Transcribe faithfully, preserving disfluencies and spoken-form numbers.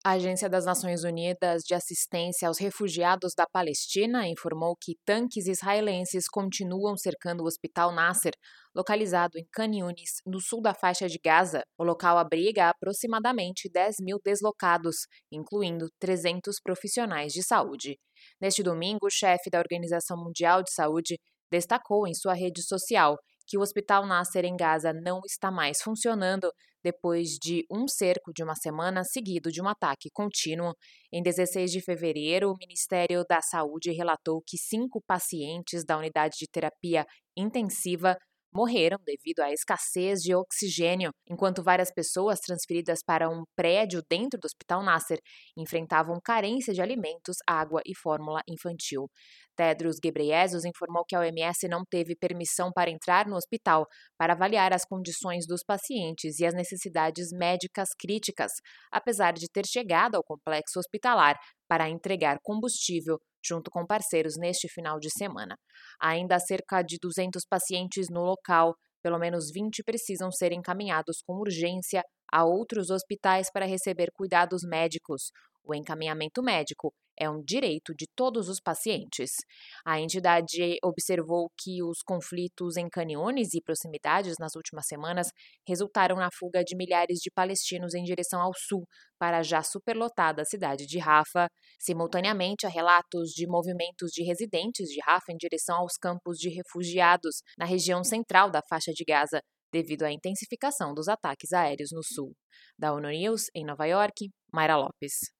A Agência das Nações Unidas de Assistência aos Refugiados da Palestina informou que tanques israelenses continuam cercando o Hospital Nasser, localizado em Khan Yunis, no sul da faixa de Gaza. O local abriga aproximadamente dez mil deslocados, incluindo trezentos profissionais de saúde. Neste domingo, o chefe da Organização Mundial de Saúde destacou em sua rede social que o Hospital Nasser em Gaza não está mais funcionando depois de um cerco de uma semana seguido de um ataque contínuo. Em dezesseis de fevereiro, o Ministério da Saúde relatou que cinco pacientes da unidade de terapia intensiva morreram devido à escassez de oxigênio, enquanto várias pessoas transferidas para um prédio dentro do Hospital Nasser enfrentavam carência de alimentos, água e fórmula infantil. Tedros Ghebreyesus informou que a O M S não teve permissão para entrar no hospital para avaliar as condições dos pacientes e as necessidades médicas críticas, apesar de ter chegado ao complexo hospitalar para entregar combustível junto com parceiros neste final de semana. Ainda há cerca de duzentos pacientes no local, pelo menos vinte precisam ser encaminhados com urgência a outros hospitais para receber cuidados médicos. O encaminhamento médico é um direito de todos os pacientes. A entidade observou que os conflitos em Khan Yunis e proximidades nas últimas semanas resultaram na fuga de milhares de palestinos em direção ao sul, para a já superlotada cidade de Rafah. Simultaneamente, há relatos de movimentos de residentes de Rafah em direção aos campos de refugiados na região central da faixa de Gaza, devido à intensificação dos ataques aéreos no sul. Da ONU News, em Nova York, Mayra Lopes.